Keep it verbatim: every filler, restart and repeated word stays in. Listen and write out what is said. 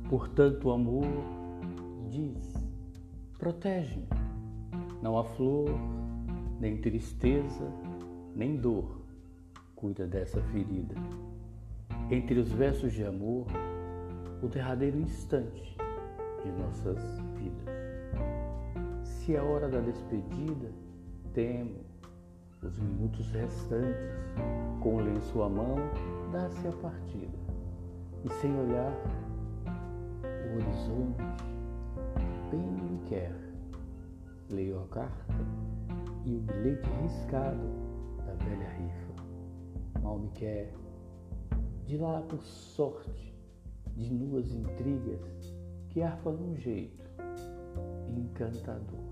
Portanto, o amor diz: protege-me. Não há flor, nem tristeza, nem dor cuida dessa ferida. Entre os versos de amor, o derradeiro instante de nossas vidas. Se é hora da despedida, temo os minutos restantes, com o lenço à mão, dá-se a partida. E sem olhar o horizonte, bem me quer. Leio a carta e o bilhete riscado da velha rifa. Mal me quer, de lá por sorte, de nuas intrigas que arfa num jeito encantador.